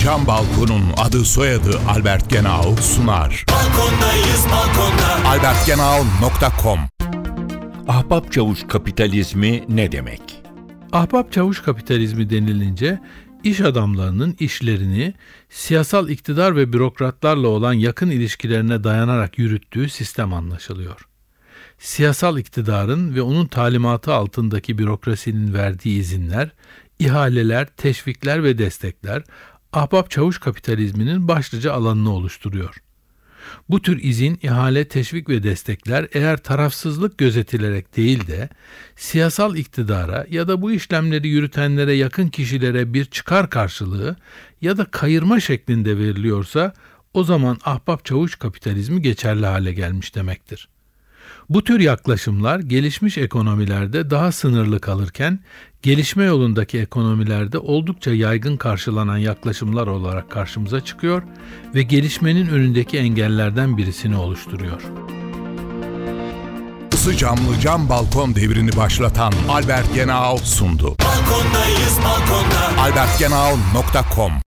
Cam Balkon'un adı soyadı Albert Genau sunar. Balkondayız balkonda. albertgenau.com. Ahbap çavuş kapitalizmi ne demek? Ahbap çavuş kapitalizmi denilince iş adamlarının işlerini siyasal iktidar ve bürokratlarla olan yakın ilişkilerine dayanarak yürüttüğü sistem anlaşılıyor. Siyasal iktidarın ve onun talimatı altındaki bürokrasinin verdiği izinler, ihaleler, teşvikler ve destekler ahbap çavuş kapitalizminin başlıca alanını oluşturuyor. Bu tür izin, ihale, teşvik ve destekler eğer tarafsızlık gözetilerek değil de siyasal iktidara ya da bu işlemleri yürütenlere yakın kişilere bir çıkar karşılığı ya da kayırma şeklinde veriliyorsa o zaman ahbap çavuş kapitalizmi geçerli hale gelmiş demektir. Bu tür yaklaşımlar gelişmiş ekonomilerde daha sınırlı kalırken gelişme yolundaki ekonomilerde oldukça yaygın karşılanan yaklaşımlar olarak karşımıza çıkıyor ve gelişmenin önündeki engellerden birisini oluşturuyor. Isı camlı cam balkon devrini başlatan Albert Genau sundu. Balkondayız balkonda. albertgenau.com